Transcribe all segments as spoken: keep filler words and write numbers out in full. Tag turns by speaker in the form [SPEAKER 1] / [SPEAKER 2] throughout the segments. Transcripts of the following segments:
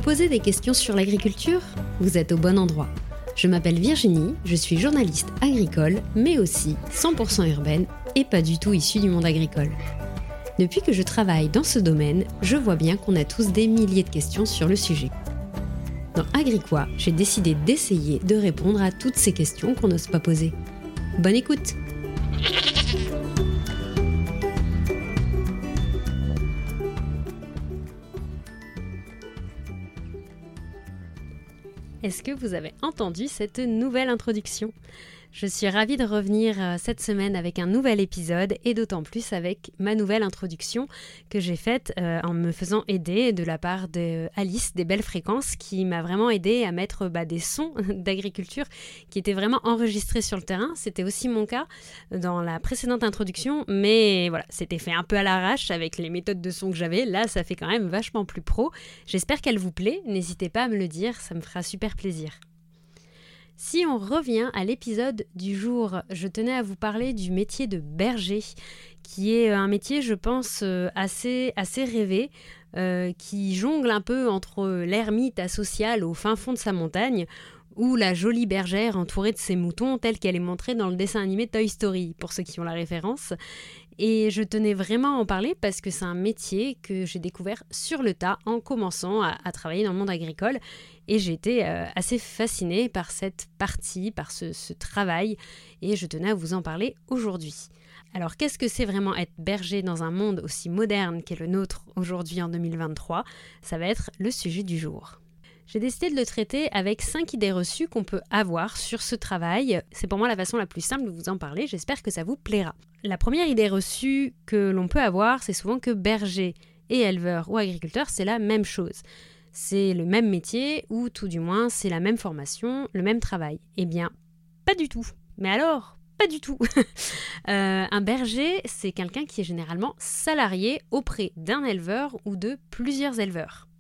[SPEAKER 1] posez des questions sur l'agriculture ? Vous êtes au bon endroit. Je m'appelle Virginie, je suis journaliste agricole, mais aussi cent pour cent urbaine et pas du tout issue du monde agricole. Depuis que je travaille dans ce domaine, je vois bien qu'on a tous des milliers de questions sur le sujet. Dans Agriquois, j'ai décidé d'essayer de répondre à toutes ces questions qu'on n'ose pas poser. Bonne écoute! Est-ce que vous avez entendu cette nouvelle introduction ? Je suis ravie de revenir cette semaine avec un nouvel épisode et d'autant plus avec ma nouvelle introduction que j'ai faite euh, en me faisant aider de la part d'Alice des Belles Fréquences qui m'a vraiment aidé à mettre bah, des sons d'agriculture qui étaient vraiment enregistrés sur le terrain. C'était aussi mon cas dans la précédente introduction, mais voilà, c'était fait un peu à l'arrache avec les méthodes de son que j'avais. Là, ça fait quand même vachement plus pro. J'espère qu'elle vous plaît. N'hésitez pas à me le dire, ça me fera super plaisir. Si on revient à l'épisode du jour, je tenais à vous parler du métier de berger, qui est un métier, je pense, assez, assez rêvé, euh, qui jongle un peu entre l'ermite asociale au fin fond de sa montagne, ou la jolie bergère entourée de ses moutons, telle qu'elle est montrée dans le dessin animé Toy Story, pour ceux qui ont la référence. Et je tenais vraiment à en parler parce que c'est un métier que j'ai découvert sur le tas en commençant à, à travailler dans le monde agricole. Et j'ai été euh, assez fascinée par cette partie, par ce, ce travail. Et je tenais à vous en parler aujourd'hui. Alors, qu'est-ce que c'est vraiment être berger dans un monde aussi moderne qu'est le nôtre aujourd'hui en deux mille vingt-trois ? Ça va être le sujet du jour. J'ai décidé de le traiter avec cinq idées reçues qu'on peut avoir sur ce travail. C'est pour moi la façon la plus simple de vous en parler. J'espère que ça vous plaira. La première idée reçue que l'on peut avoir, c'est souvent que berger et éleveur ou agriculteur, c'est la même chose. C'est le même métier ou tout du moins c'est la même formation, le même travail. Eh bien, pas du tout. Mais alors, pas du tout. euh, un berger, c'est quelqu'un qui est généralement salarié auprès d'un éleveur ou de plusieurs éleveurs.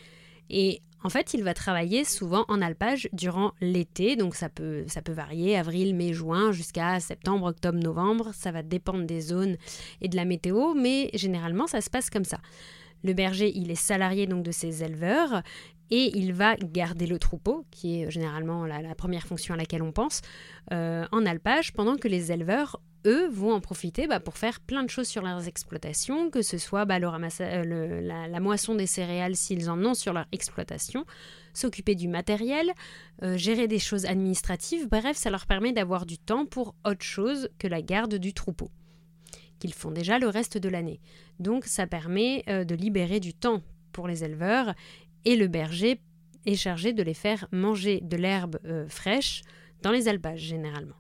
[SPEAKER 1] Et en fait, il va travailler souvent en alpage durant l'été, donc ça peut, ça peut varier, avril, mai, juin, jusqu'à septembre, octobre, novembre. Ça va dépendre des zones et de la météo, mais généralement, ça se passe comme ça. Le berger, il est salarié donc de ses éleveurs et il va garder le troupeau, qui est généralement la, la première fonction à laquelle on pense, euh, en alpage, pendant que les éleveurs, eux, vont en profiter bah, pour faire plein de choses sur leurs exploitations, que ce soit bah, le ramassa- euh, le, la, la moisson des céréales s'ils en ont sur leur exploitation, s'occuper du matériel, euh, gérer des choses administratives, bref, ça leur permet d'avoir du temps pour autre chose que la garde du troupeau, qu'ils font déjà le reste de l'année. Donc ça permet euh, de libérer du temps pour les éleveurs et le berger est chargé de les faire manger de l'herbe euh, fraîche dans les alpages généralement.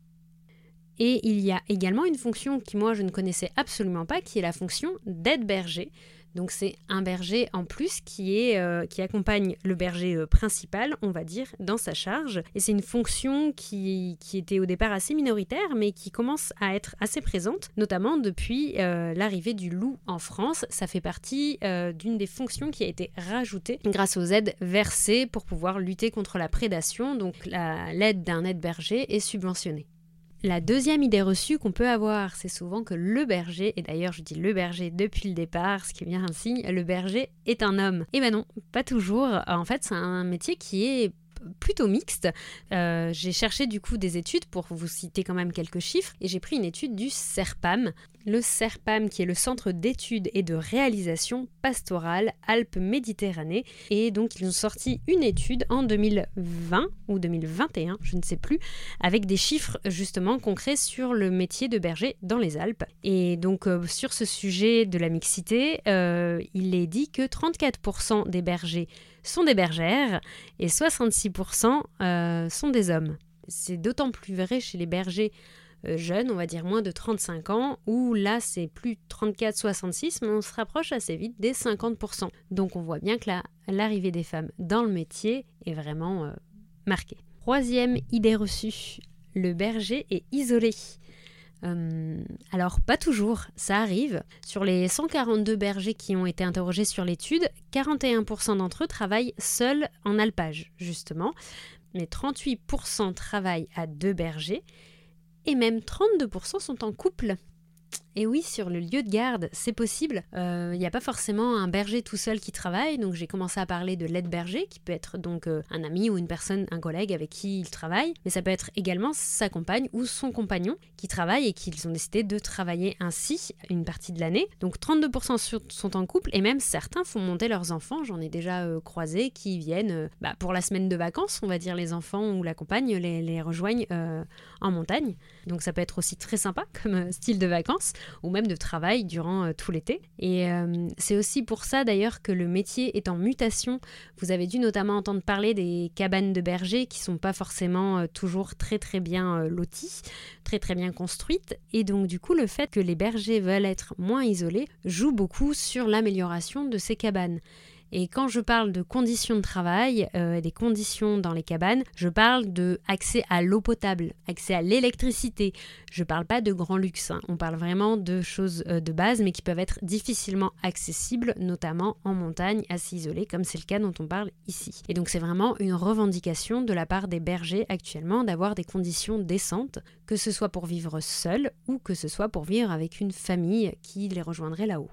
[SPEAKER 1] Et il y a également une fonction qui moi je ne connaissais absolument pas, qui est la fonction d'aide-berger. Donc c'est un berger en plus qui, est, euh, qui accompagne le berger euh, principal, on va dire, dans sa charge. Et c'est une fonction qui, qui était au départ assez minoritaire, mais qui commence à être assez présente, notamment depuis euh, l'arrivée du loup en France. Ça fait partie euh, d'une des fonctions qui a été rajoutée grâce aux aides versées pour pouvoir lutter contre la prédation. Donc la, l'aide d'un aide-berger est subventionnée. La deuxième idée reçue qu'on peut avoir, c'est souvent que le berger, et d'ailleurs je dis le berger depuis le départ, ce qui est bien un signe, le berger est un homme. Eh ben non, pas toujours. En fait, c'est un métier qui est plutôt mixte. Euh, j'ai cherché du coup des études pour vous citer quand même quelques chiffres et j'ai pris une étude du CERPAM. Le CERPAM qui est le Centre d'études et de réalisation pastorale Alpes-Méditerranée et donc ils ont sorti une étude en deux mille vingt ou deux mille vingt et un, je ne sais plus, avec des chiffres justement concrets sur le métier de berger dans les Alpes. Et donc euh, sur ce sujet de la mixité, euh, il est dit que trente-quatre pour cent des bergers sont des bergères et soixante-six pour cent euh, sont des hommes. C'est d'autant plus vrai chez les bergers euh, jeunes, on va dire moins de trente-cinq ans, où là c'est plus trente-quatre soixante-six, mais on se rapproche assez vite des cinquante pour cent. Donc on voit bien que la, l'arrivée des femmes dans le métier est vraiment euh, marquée. Troisième idée reçue, le berger est isolé. Euh, alors pas toujours, ça arrive. Sur les cent quarante-deux bergers qui ont été interrogés sur l'étude, quarante et un pour cent d'entre eux travaillent seuls en alpage, justement. Mais trente-huit pour cent travaillent à deux bergers et même trente-deux pour cent sont en couple. Et oui, sur le lieu de garde, c'est possible. Il euh, n'y a pas forcément un berger tout seul qui travaille, donc j'ai commencé à parler de l'aide-berger, qui peut être donc euh, un ami ou une personne, un collègue avec qui il travaille, mais ça peut être également sa compagne ou son compagnon qui travaille et qu'ils ont décidé de travailler ainsi une partie de l'année. Donc trente-deux pour cent sont en couple et même certains font monter leurs enfants, j'en ai déjà euh, croisé, qui viennent euh, bah, pour la semaine de vacances, on va dire les enfants ou la compagne les, les rejoignent euh, en montagne. Donc ça peut être aussi très sympa comme euh, style de vacances, ou même de travail durant euh, tout l'été. Et euh, c'est aussi pour ça d'ailleurs que le métier est en mutation. Vous avez dû notamment entendre parler des cabanes de bergers qui sont pas forcément euh, toujours très très bien euh, loties, très très bien construites. Et donc du coup le fait que les bergers veulent être moins isolés joue beaucoup sur l'amélioration de ces cabanes. Et quand je parle de conditions de travail, euh, des conditions dans les cabanes, je parle de accès à l'eau potable, accès à l'électricité. Je ne parle pas de grand luxe, hein. On parle vraiment de choses euh, de base, mais qui peuvent être difficilement accessibles, notamment en montagne, assez isolées, comme c'est le cas dont on parle ici. Et donc c'est vraiment une revendication de la part des bergers actuellement d'avoir des conditions décentes, que ce soit pour vivre seul ou que ce soit pour vivre avec une famille qui les rejoindrait là-haut.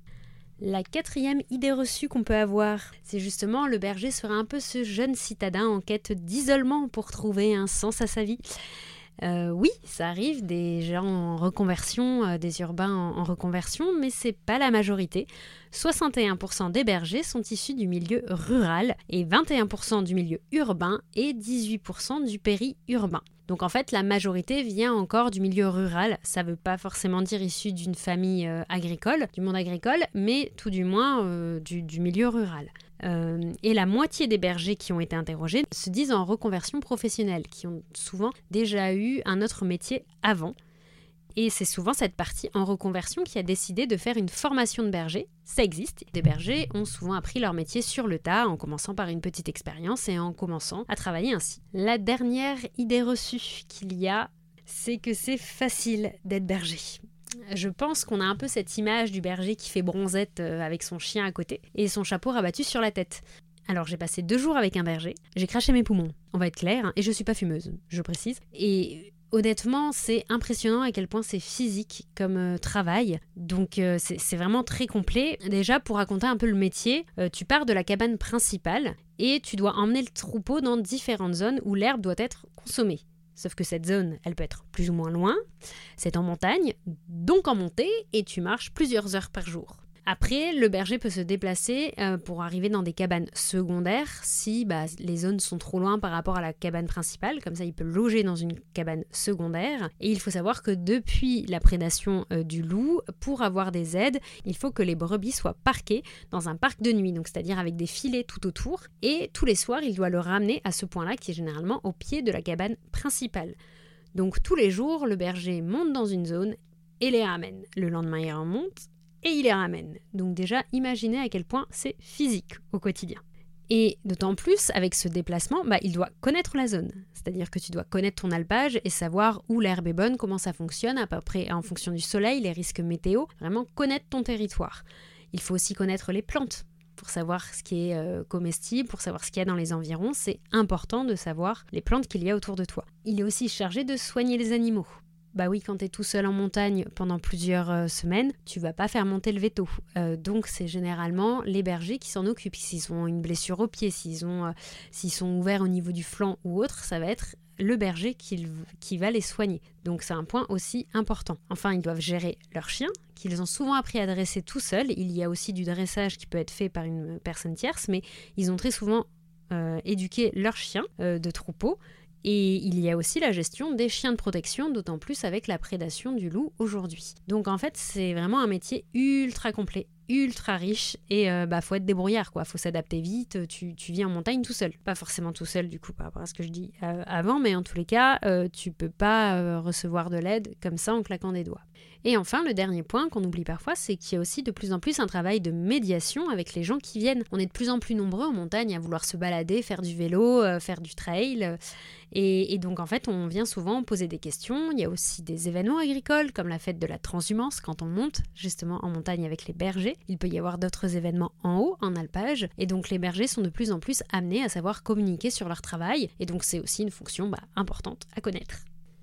[SPEAKER 1] La quatrième idée reçue qu'on peut avoir, c'est justement le berger sera un peu ce jeune citadin en quête d'isolement pour trouver un sens à sa vie. Euh, oui, ça arrive, des gens en reconversion, euh, des urbains en, en reconversion, mais c'est pas la majorité. soixante et un pour cent des bergers sont issus du milieu rural et vingt et un pour cent du milieu urbain et dix-huit pour cent du périurbain. Donc en fait, la majorité vient encore du milieu rural. Ça ne veut pas forcément dire issu d'une famille euh, agricole, du monde agricole, mais tout du moins euh, du, du milieu rural. Euh, et la moitié des bergers qui ont été interrogés se disent en reconversion professionnelle, qui ont souvent déjà eu un autre métier avant. Et c'est souvent cette partie en reconversion qui a décidé de faire une formation de berger. Ça existe. Des bergers ont souvent appris leur métier sur le tas, en commençant par une petite expérience et en commençant à travailler ainsi. La dernière idée reçue qu'il y a, c'est que c'est facile d'être berger. Je pense qu'on a un peu cette image du berger qui fait bronzette avec son chien à côté et son chapeau rabattu sur la tête. Alors j'ai passé deux jours avec un berger, j'ai craché mes poumons, on va être clair, hein, et je suis pas fumeuse, je précise. Et honnêtement, c'est impressionnant à quel point c'est physique comme euh, travail. Donc euh, c'est, c'est vraiment très complet. Déjà, pour raconter un peu le métier, euh, tu pars de la cabane principale et tu dois emmener le troupeau dans différentes zones où l'herbe doit être consommée. Sauf que cette zone, elle peut être plus ou moins loin. C'est en montagne, donc en montée, et tu marches plusieurs heures par jour. Après, le berger peut se déplacer euh, pour arriver dans des cabanes secondaires si bah, les zones sont trop loin par rapport à la cabane principale. Comme ça, il peut loger dans une cabane secondaire. Et il faut savoir que depuis la prédation euh, du loup, pour avoir des aides, il faut que les brebis soient parquées dans un parc de nuit, donc c'est-à-dire avec des filets tout autour. Et tous les soirs, il doit le ramener à ce point-là qui est généralement au pied de la cabane principale. Donc tous les jours, le berger monte dans une zone et les ramène. Le lendemain, il remonte et il les ramène. Donc déjà, imaginez à quel point c'est physique au quotidien. Et d'autant plus, avec ce déplacement, bah, il doit connaître la zone. C'est-à-dire que tu dois connaître ton alpage et savoir où l'herbe est bonne, comment ça fonctionne, à peu près en fonction du soleil, les risques météo. Vraiment connaître ton territoire. Il faut aussi connaître les plantes pour savoir ce qui est euh, comestible, pour savoir ce qu'il y a dans les environs. C'est important de savoir les plantes qu'il y a autour de toi. Il est aussi chargé de soigner les animaux. Bah oui, quand tu es tout seul en montagne pendant plusieurs euh, semaines, tu vas pas faire monter le véto. Euh, donc c'est généralement les bergers qui s'en occupent. S'ils ont une blessure au pied, s'ils, ont, euh, s'ils sont ouverts au niveau du flanc ou autre, ça va être le berger qui, qui va les soigner. Donc c'est un point aussi important. Enfin, ils doivent gérer leurs chiens, qu'ils ont souvent appris à dresser tout seuls. Il y a aussi du dressage qui peut être fait par une personne tierce, mais ils ont très souvent euh, éduqué leurs chiens euh, de troupeau. Et il y a aussi la gestion des chiens de protection, d'autant plus avec la prédation du loup aujourd'hui. Donc en fait, c'est vraiment un métier ultra complet, ultra riche, et euh, bah faut être débrouillard, quoi. Faut s'adapter vite, tu, tu vis en montagne tout seul. Pas forcément tout seul du coup par rapport à ce que je dis euh, avant, mais en tous les cas, euh, tu peux pas euh, recevoir de l'aide comme ça en claquant des doigts. Et enfin, le dernier point qu'on oublie parfois, c'est qu'il y a aussi de plus en plus un travail de médiation avec les gens qui viennent. On est de plus en plus nombreux en montagne à vouloir se balader, faire du vélo, euh, faire du trail. Euh, et, et donc en fait, on vient souvent poser des questions. Il y a aussi des événements agricoles comme la fête de la transhumance quand on monte justement en montagne avec les bergers. Il peut y avoir d'autres événements en haut, en alpage. Et donc les bergers sont de plus en plus amenés à savoir communiquer sur leur travail. Et donc c'est aussi une fonction bah, importante à connaître.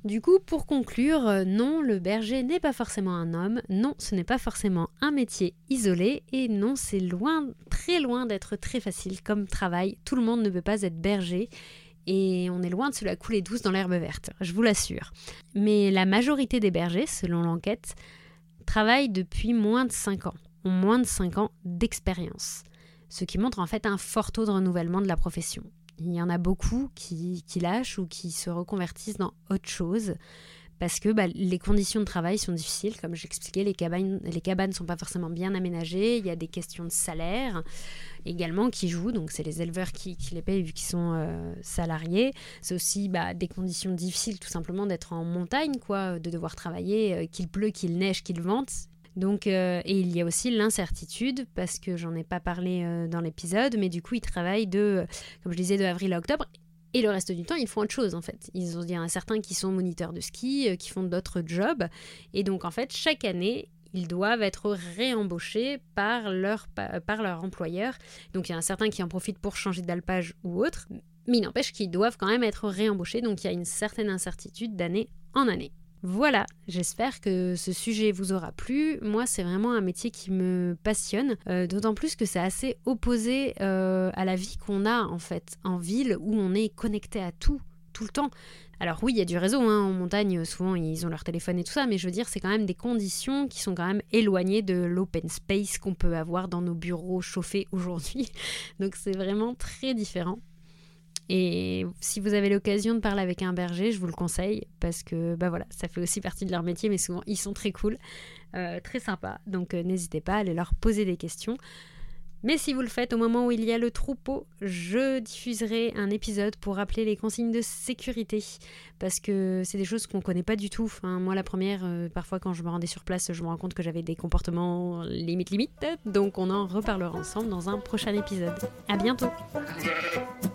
[SPEAKER 1] Du coup, pour conclure, euh, non, le berger n'est pas forcément un homme, non, ce n'est pas forcément un métier isolé, et non, c'est loin, très loin d'être très facile comme travail. Tout le monde ne peut pas être berger, et on est loin de se la couler douce dans l'herbe verte, je vous l'assure. Mais la majorité des bergers, selon l'enquête, travaillent depuis moins de cinq ans, ont moins de cinq ans d'expérience, ce qui montre en fait un fort taux de renouvellement de la profession. Il y en a beaucoup qui, qui lâchent ou qui se reconvertissent dans autre chose parce que bah, les conditions de travail sont difficiles. Comme j'expliquais, les cabanes les cabanes ne sont pas forcément bien aménagées. Il y a des questions de salaire également qui jouent. Donc, c'est les éleveurs qui, qui les payent vu qu'ils sont euh, salariés. C'est aussi bah, des conditions difficiles tout simplement d'être en montagne, quoi, de devoir travailler, euh, qu'il pleut, qu'il neige, qu'il vente. Donc, euh, et il y a aussi l'incertitude, parce que j'en ai pas parlé euh, dans l'épisode, mais du coup, ils travaillent de, comme je disais, de avril à octobre, et le reste du temps, ils font autre chose, en fait. Ils ont, il y en a certains qui sont moniteurs de ski, euh, qui font d'autres jobs, et donc, en fait, chaque année, ils doivent être réembauchés par leur, par leur employeur. Donc, il y en a certains qui en profitent pour changer d'alpage ou autre, mais il n'empêche qu'ils doivent quand même être réembauchés, donc il y a une certaine incertitude d'année en année. Voilà, j'espère que ce sujet vous aura plu. Moi, c'est vraiment un métier qui me passionne, euh, d'autant plus que c'est assez opposé euh, à la vie qu'on a en fait en ville où on est connecté à tout, tout le temps. Alors oui, il y a du réseau, hein, en montagne, souvent ils ont leur téléphone et tout ça, mais je veux dire, c'est quand même des conditions qui sont quand même éloignées de l'open space qu'on peut avoir dans nos bureaux chauffés aujourd'hui. Donc c'est vraiment très différent. Et si vous avez l'occasion de parler avec un berger, je vous le conseille parce que bah voilà, ça fait aussi partie de leur métier, mais souvent ils sont très cool, euh, très sympas. Donc euh, n'hésitez pas à aller leur poser des questions. Mais si vous le faites au moment où il y a le troupeau, je diffuserai un épisode pour rappeler les consignes de sécurité parce que c'est des choses qu'on ne connaît pas du tout. Enfin, moi la première, euh, parfois quand je me rendais sur place, je me rends compte que j'avais des comportements limite limite. Donc on en reparlera ensemble dans un prochain épisode. À bientôt.